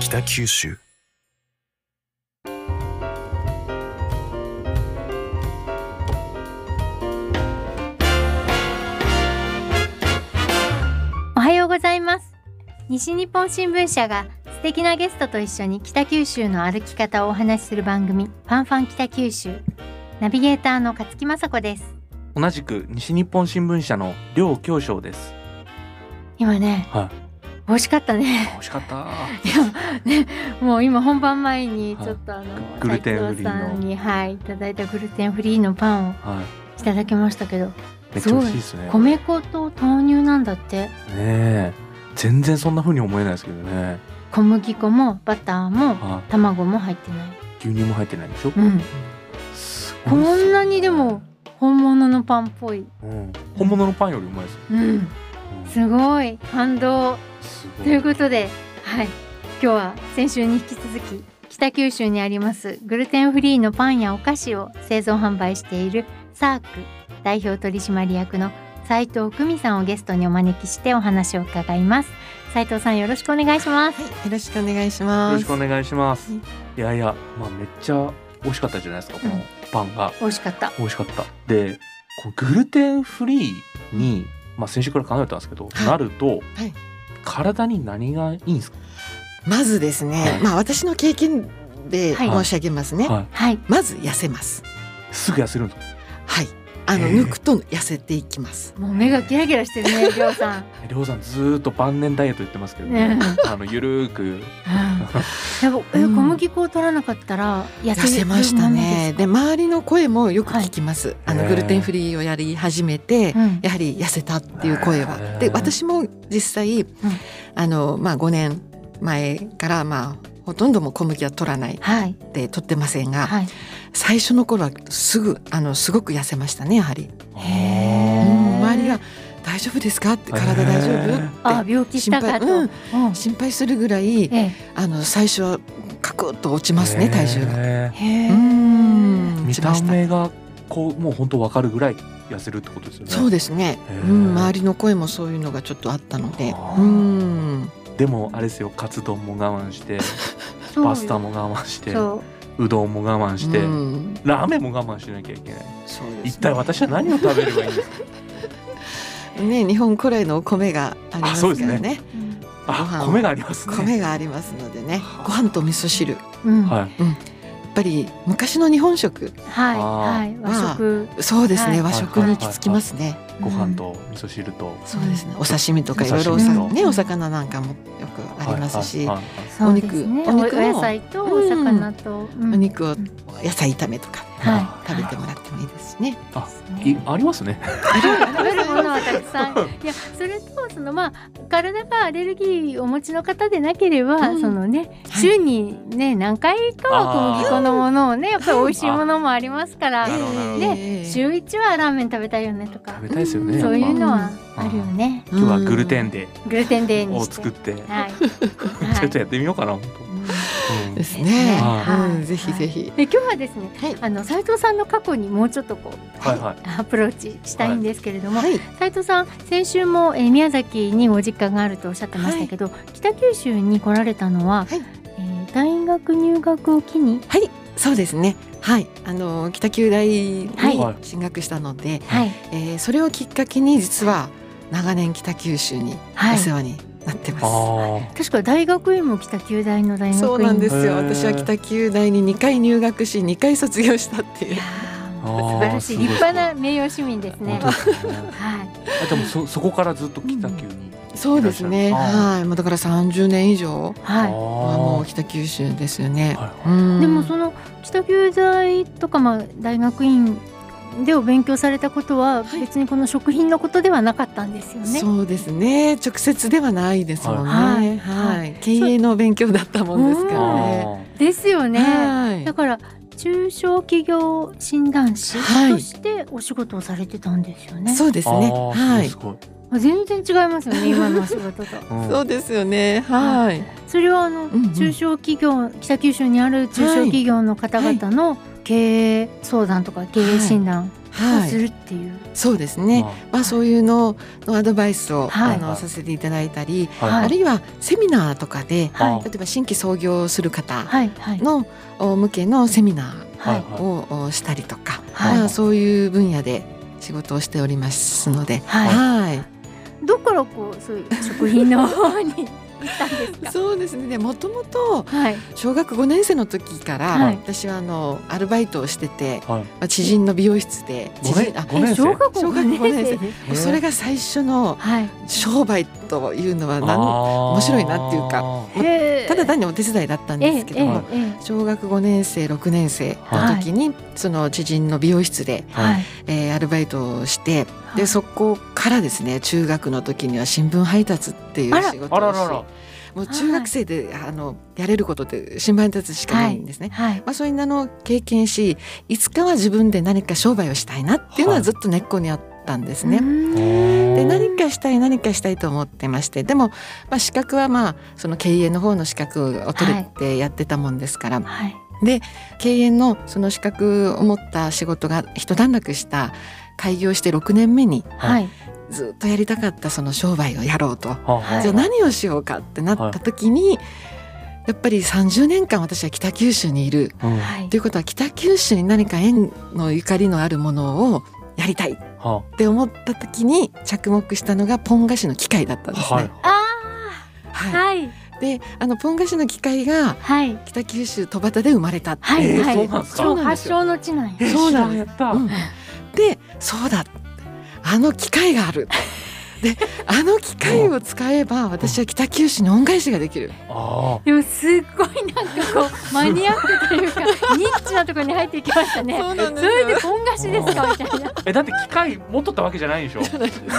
北九州。 おはようございます。西日本新聞社が素敵なゲストと一緒に北九州の歩き方をお話しする番組、ファンファン北九州。ナビゲーターの勝木雅子です。 同じく西日本新聞社の両京章です。 今ね、美味しかったね。 美味しかった。 いやね、もう今本番前にちょっとグルテンフリーの斉藤さんに、いただいたグルテンフリーのパンをいただきましたけど、 めっちゃ美味しいですね。 米粉と豆乳なんだって。 ねえ、全然そんな風に思えないですけどね。 小麦粉もバターも卵も入ってない。 牛乳も入ってないでしょ。 こんなにでも本物のパンっぽい。 本物のパンよりうまいです。 すごい感動。ということで、今日は先週に引き続き北九州にありますグルテンフリーのパンやお菓子を製造販売しているサーク代表取締役の斉藤久美さんをゲストにお招きしてお話を伺います。斉藤さん、よろしくお願いします。 よろしくお願いします。 よろしくお願いします。いや、めっちゃ美味しかったじゃないですか、このパンが。 美味しかった。 で、グルテンフリーに、先週から考えたんですけど、なると、体に何がいいんですか？ まずですね、私の経験で申し上げますね。まず痩せます。 すぐ痩せるんですか？ 抜くと痩せていきます。 もう目がキラキラしてるね、りょうさん。 りょうさんずっと晩年ダイエット言ってますけどね。ゆるーく。 小麦粉を取らなかったら痩せましたね。で、周りの声もよく聞きます。グルテンフリーをやり始めて、やはり痩せたっていう声は。で、私も実際5年前からほとんども小麦は取らないで取ってませんが、最初の頃はすごく痩せましたね。やはり周りが大丈夫ですかって、体大丈夫って病気したかと心配するぐらい最初はカクッと落ちますね、体重が。 見た目がもう本当分かるぐらい痩せるってことですよね。 そうですね。周りの声もそういうのがちょっとあったので。 でもあれですよ、カツ丼も我慢してパスタも我慢してうどんも我慢してラーメンも我慢しなきゃいけない。一体私は何を食べればいいんですかね。日本古来のお米がありますからね。 米がありますね。 米がありますのでね、ご飯と味噌汁、やっぱり昔の日本食、 和食、 そうですね、和食に行き着きますね。 ご飯と味噌汁と、 そうですね、お刺身とかいろいろお魚なんかもよくありますし、お肉もお野菜とお魚とお肉を野菜炒めとか食べてもらってもいいですしね。 ありますね。 食べるものはたくさん。いや、それと体がアレルギーをお持ちの方でなければ、週に何回かは小麦粉のものをやっぱり美味しいものもありますから、週1はラーメン食べたいよねとか、 食べたいですよね。 そういうのはあるよね。 今日はグルテンデーにを作ってちょっとやってみようかな。 ですね。ぜひぜひ。 今日はですね、斉藤さんの過去にもうちょっとアプローチしたいんですけれども、斉藤さん、先週も宮崎にご実家があるとおっしゃってましたけど、北九州に来られたのは大学入学を機に。 そうですね。北九大に進学したので、それをきっかけに実は長年北九州にお世話になってます。 確か大学院も北九大の大学院。 そうなんですよ。私は北九大に2回入学し2回卒業したっていう。 素晴らしい、立派な名誉市民ですね。 でもそこからずっと北九に。 そうですね。だから30年以上もう北九州ですよね。 でもその北九大とか大学院でお勉強されたことは別にこの食品のことではなかったんですよね。 そうですね。直接ではないですもんね。経営の勉強だったもんですからね。 ですよね。だから中小企業診断士としてお仕事をされてたんですよね。 そうですね。 全然違いますよね、今のお仕事と。 そうですよね。 それは中小企業、北九州にある中小企業の方々の経営相談とか経営診断するっていう、 そうですね、そういうのアドバイスを、させていただいたり、あるいはセミナーとかで、例えば新規創業する方の向けのセミナーをしたりとか、そういう分野で仕事をしておりますので、 どこからそういう食品の方に行ったんですか？ そうですね、もともと小学5年生の時から、私はアルバイトをしてて、知人の美容室で小学5年生、それが最初の商売というのは面白いなっていうか、ただ単にお手伝いだったんですけども、小学5年生6年生の時にその知人の美容室でアルバイトをして、でそこからですね、中学の時には新聞配達っていう仕事をし、もう中学生でやれることって新聞配達しかないんですね。そういうのを経験し、いつかは自分で何か商売をしたいなっていうのはずっと根っこにあったんですね。で何かしたいと思ってまして、でも、資格はその経営の方の資格を取れてやってたもんですから、で経営のその資格を持った仕事が一段落した開業して6年目に、ずっとやりたかったその商売をやろうと、じゃあ何をしようかってなった時に、やっぱり30年間私は北九州にいる、ということは北九州に何か縁のゆかりのあるものをやりたいって思った時に着目したのがポン菓子の機械だったんですね。でポン菓子の機械が北九州戸端で生まれたっていう、 発祥の地なんや。 そうなんです。でそうだ、機械がある。で機械を使えば私は北九州に恩返しができる。 でもすっごいマニアックというかニッチなところに入っていきましたね。それでポン菓子ですかみたいな。 だって機械持っとったわけじゃないでしょ。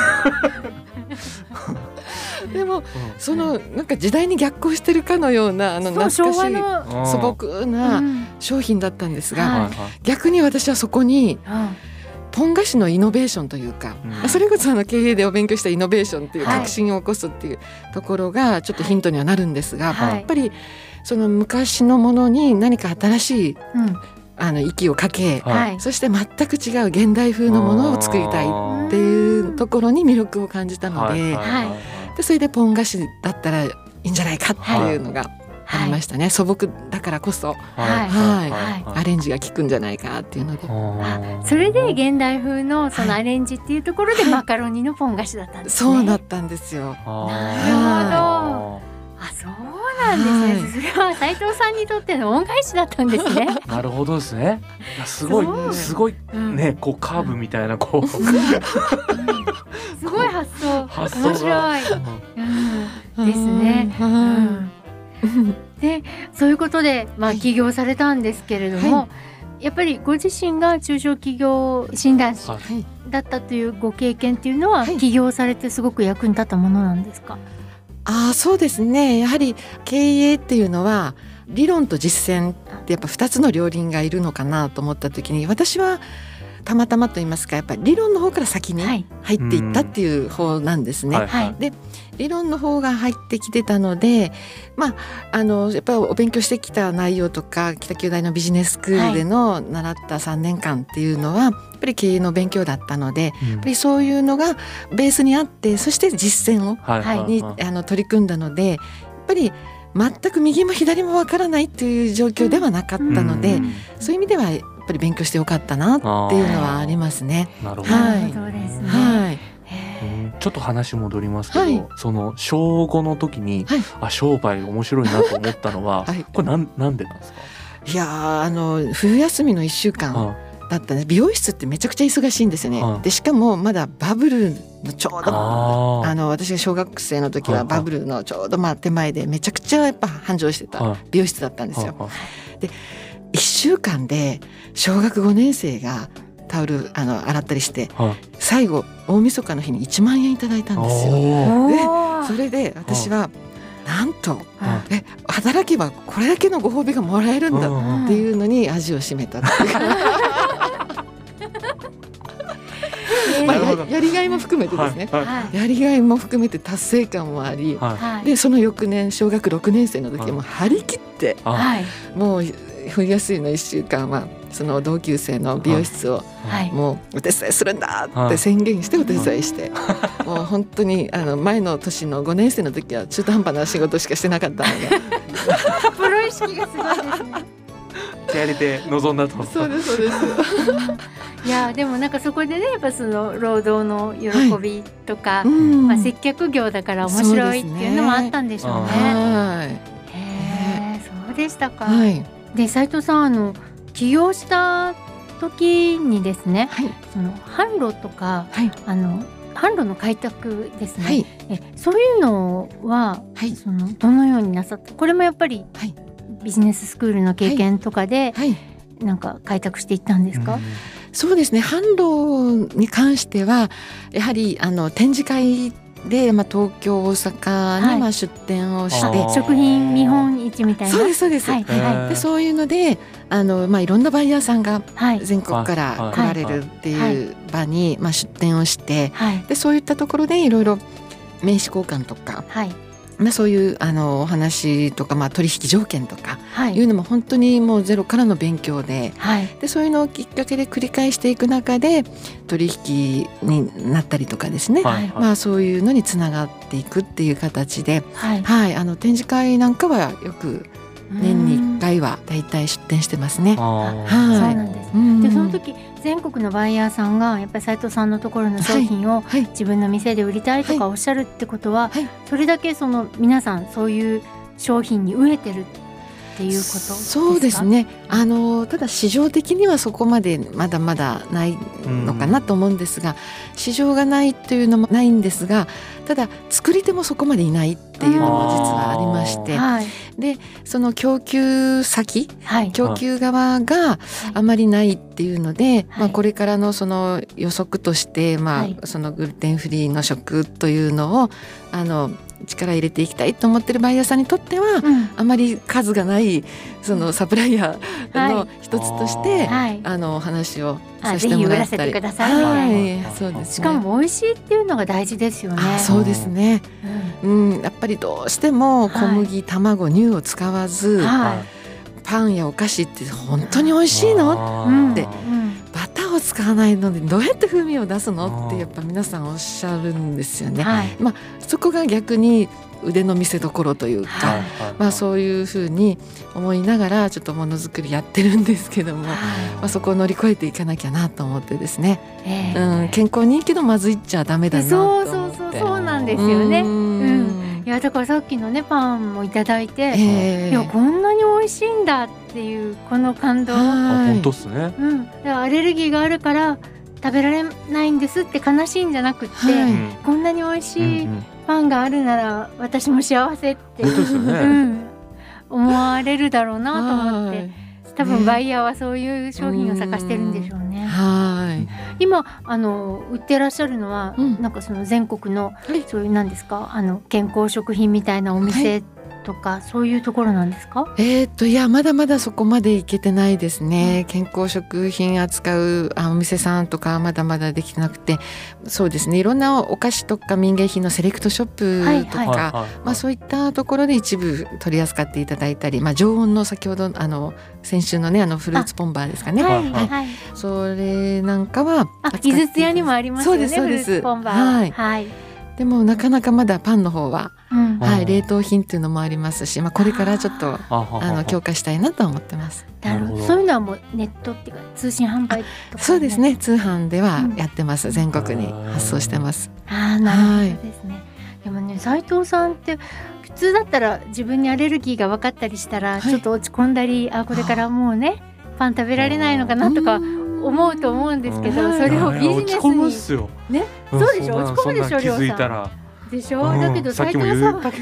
でもその時代に逆行してるかのような懐かしい素朴な商品だったんですが、逆に私はそこにポン菓子のイノベーションというか、それこそ経営でお勉強したイノベーションっていう革新を起こすっていうところがちょっとヒントにはなるんですが、やっぱりその昔のものに何か新しい息をかけ、そして全く違う現代風のものを作りたいっていうところに魅力を感じたので、それでポン菓子だったらいいんじゃないかっていうのがありましたね。素朴だからこそ、アレンジが効くんじゃないかっていうので、 それで現代風のそのアレンジっていうところでマカロニのポン菓子だったんですね。 そうだったんですよ。 なるほど。そうなんですね。それは斉藤さんにとっての恩返しだったんですね。 なるほどですね。すごいね、カーブみたいなすごい発想面白いですね。でそういうことで起業されたんですけれども、やっぱりご自身が中小企業診断士だったというご経験っていうのは、起業されてすごく役に立ったものなんですか？ そうですね。やはり経営っていうのは理論と実践ってやっぱ2つの両輪がいるのかなと思った時に、私はたまたまと言いますか、やっぱり理論の方から先に入っていったっていう方なんですね。で理論の方が入ってきてたので、やっぱりお勉強してきた内容とか北九大のビジネススクールでの習った3年間っていうのはやっぱり経営の勉強だったので、やっぱりそういうのがベースにあって、そして実践をに取り組んだので、やっぱり全く右も左もわからないっていう状況ではなかったので、そういう意味ではやっぱり勉強してよかったなっていうのはありますね。 なるほど。 そうですね。 ちょっと話戻りますけど、その小5の時に、商売面白いなと思ったのは、これなんでなんですか？ いや冬休みの1週間だったね。美容室ってめちゃくちゃ忙しいんですよね。でしかもまだバブルのちょうど私が小学生の時はバブルのちょうど手前でめちゃくちゃやっぱ繁盛してた美容室だったんですよ。で1週間で小学5年生がタオル洗ったりして、最後大晦日の日に1万円いただいたんですよ。でそれで私はなんと、働けばこれだけのご褒美がもらえるんだっていうのに味を占めたっていうやりがいも含めてですね、やりがいも含めて達成感もあり、でその翌年小学6年生の時も張り切って、もう冬休みの1週間はその同級生の美容室をもうお手伝いするんだって宣言してお手伝いして、もう本当に前の年の5年生の時は中途半端な仕事しかしてなかったのでプロ意識がすごいですね。 やりて臨んだと。 そうですそうですいやでもなんかそこでねやっぱその労働の喜びとか、まあ、接客業だから面白いっていうのもあったんでしょうね。へー、そうでしたか。はい、で斉藤さん起業した時にですね、はい、その販路とか、はい、販路の開拓ですね、はい、そういうのは、はい、そのどのようになさった？これもやっぱり、はい、ビジネススクールの経験とかで、はいはい、なんか開拓していったんですか？ そうですね、販路に関してはやはり展示会で、東京大阪に出店をして、 はい、食品見本市みたいな。 そうですそうです、はいはい、でそういうのでいろんなバイヤーさんが全国から来られるっていう場に、出店をして、はい、でそういったところでいろいろ名刺交換とか、はい、そういうお話とか、取引条件とかいうのも本当にもうゼロからの勉強で、はい、でそういうのをきっかけで繰り返していく中で取引になったりとかですね、はい、そういうのにつながっていくっていう形で、はいはい、展示会なんかはよく年に1回はだいたい出店してますね。 はい、そうなんです。でその時全国のバイヤーさんがやっぱり斉藤さんのところの商品を自分の店で売りたいとかおっしゃるってことは、はいはい、それだけその皆さんそういう商品に飢えてるっていうことですか？ そうですね、ただ市場的にはそこまでまだまだないのかなと思うんですが、市場がないというのもないんですが、ただ作り手もそこまでいないっていうのも実はありまして、はい、でその供給先、はい、供給側があまりないっていうので、はい、これからのその予測として、はい、そのグルテンフリーの食というのを力入れていきたいと思ってるバイヤーさんにとっては、あまり数がないそのサプライヤーの一つとして、はい、お話をさせてもらったり、ぜひ売らせてくださいみたいな、はい、そうですね、 しかも美味しいっていうのが大事ですよね。 そうですね、やっぱりどうしても小麦、はい、卵、乳を使わず、はい、パンやお菓子って本当に美味しいのって、バターを使わないのでどうやって風味を出すのってやっぱ皆さんおっしゃるんですよね。はい、そこが逆に腕の見せ所というか、はい、そういうふうに思いながらちょっとものづくりやってるんですけども、はい、そこを乗り越えていかなきゃなと思ってですね、健康にいいけどまずいっちゃダメだなと思って。 そうなんですよね。いやだからさっきのねパンもいただいて、いやこんなに美味しいんだっていうこの感動、 本当っすね、 アレルギーがあるから食べられないんですって悲しいんじゃなくって、こんなに美味しいパンがあるなら私も幸せって、思われるだろうなと思って、多分バイヤーはそういう商品を探してるんでしょうね。今売ってらっしゃるのは、なんかその全国のそういう何ですか、健康食品みたいなお店とか、そういうところなんですか？ いやまだまだそこまでいけてないですね。健康食品扱うお店さんとかまだまだできてなくて、そうですね、いろんなお菓子とか民芸品のセレクトショップとか、そういったところで一部取り扱っていただいたり、常温の先ほど先週のねフルーツポンバーですかね、それなんかは井筒屋にもありますよね。 そうです、 フルーツポンバー、はい、 でもなかなかまだパンの方は、冷凍品っていうのもありますし、これからちょっと強化したいなと思ってます。 なるほど。そういうのはもうネットっていうか通信販売とか、 そうですね、通販ではやってます。全国に発送してます。 なるほどですね。でもね斉藤さんって普通だったら自分にアレルギーが分かったりしたらちょっと落ち込んだり、これからもうねパン食べられないのかなとか思うと思うんですけど、それをビジネスに、 落ち込むっすよね、そうでしょ、落ち込むでしょ、 気づいたらでしょ、だけど斉藤さんは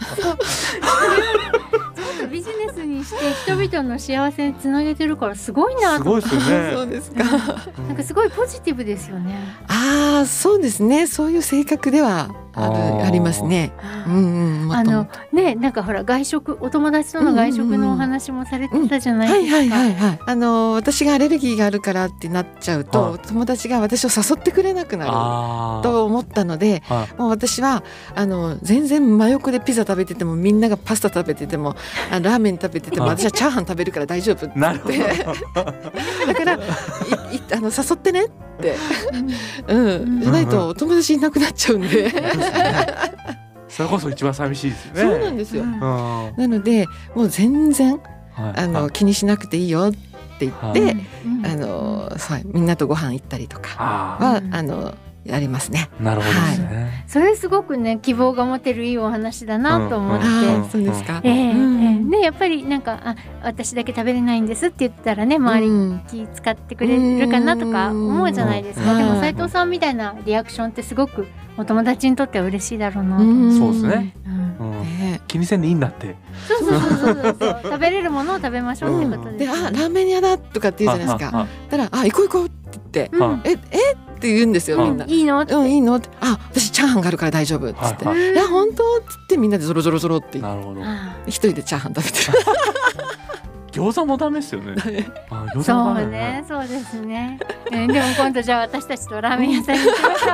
ビジネスにして人々の幸せにつなげてるからすごいなと思って。 すごいですよね。 そうですか。 なんかすごいポジティブですよね。 そうですね、そういう性格ではありますね。 なんかほら外食、お友達との外食のお話もされてたじゃないですか。 私がアレルギーがあるからってなっちゃうと、友達が私を誘ってくれなくなると思ったので、もう私は全然真横でピザ食べてても、みんながパスタ食べててもラーメン食べてても、私はチャーハン食べるから大丈夫って言ってだから誘ってねって、じゃないとお友達いなくなっちゃうんでそれこそ一番寂しいですよね。 そうなんですよ。なのでもう全然気にしなくていいよって言って、みんなとご飯行ったりとかはやりますね。 なるほどですね。 それすごくね、希望が持てるいいお話だなと思って。 そうですか。 ね、やっぱりなんか私だけ食べれないんですって言ったらね、周り気使ってくれるかなとか思うじゃないですか。でも斉藤さんみたいなリアクションってすごくお友達にとっては嬉しいだろうなと思って。 そうですね。気にせんでいいんだって。 そう食べれるものを食べましょうってことです。 で、ラーメン屋だとかって言うじゃないですか。だから行こうって言って、って言うんですよ、みんな。 いいの？ いいのって。私チャーハンがあるから大丈夫っつって。いや本当っつってみんなでゾロゾロゾロって。 なるほど。 一人でチャーハン食べてる。 餃子もダメですよね。 そうね、そうですね。でも今度じゃあ私たちとラーメン屋さんに行きましょ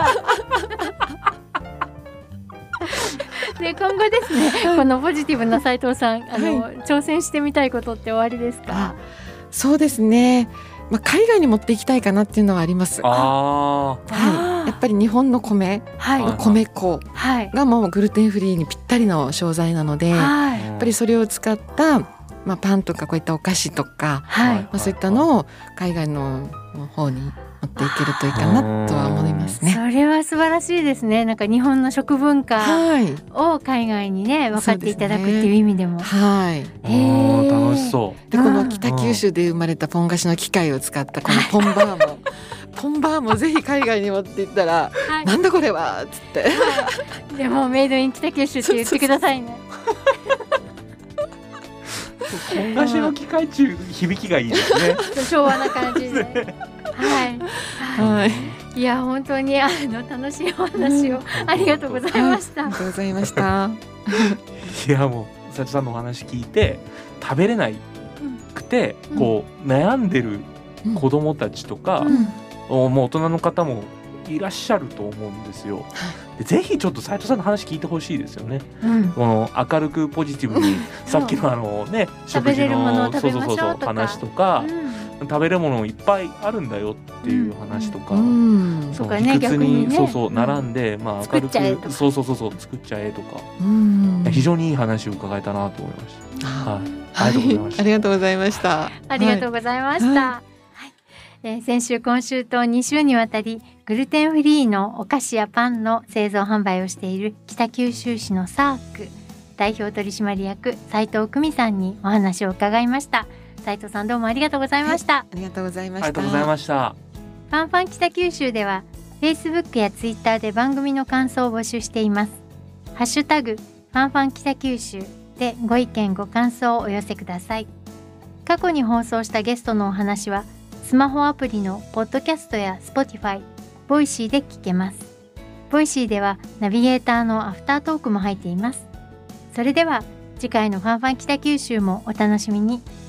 う。で、今後ですね、このポジティブな斉藤さん、挑戦してみたいことっておありですか？ そうですね。海外に持っていきたいかなっていうのはあります。やっぱり日本の米粉がもうグルテンフリーにぴったりの商材なので、やっぱりそれを使ったパンとかこういったお菓子とか、そういったのを海外の方に持っていけるといいかなとは思いますね。 それは素晴らしいですね。なんか日本の食文化を海外にね、分かっていただくっていう意味でも。 楽しそう。 で、この北九州で生まれたポン菓子の機械を使ったこのポンバーもぜひ海外に持っていったら、なんだこれはっつって、 でもメイドイン北九州って言ってくださいね。 ポン菓子の機械中響きがいいですね。 昭和な感じで。いや本当に楽しいお話をありがとうございました。 ありがとうございました。 いやもう斉藤さんのお話聞いて、食べれないくてこう悩んでる子どもたちとか、もう大人の方もいらっしゃると思うんですよ。でぜひちょっと斉藤さんの話聞いてほしいですよね。この明るくポジティブにさっきのね、食事の話とか、食べるものいっぱいあるんだよっていう話とか、理屈に並んで、明るく作っちゃえとか、非常にいい話を伺えたなと思いました。ありがとうございました。 ありがとうございました。先週今週と2週にわたりグルテンフリーのお菓子やパンの製造販売をしている北九州市のサーク代表取締役斉藤久美さんにお話を伺いました。斉藤さん、どうもありがとうございました。 ありがとうございました。 ありがとうございました。 ファンファン北九州では Facebook や Twitter で番組の感想を募集しています。ハッシュタグファンファン北九州でご意見ご感想をお寄せください。過去に放送したゲストのお話はスマホアプリのポッドキャストや Spotify、ボイシーで聞けます。ボイシーではナビゲーターのアフタートークも入っています。それでは次回のファンファン北九州もお楽しみに。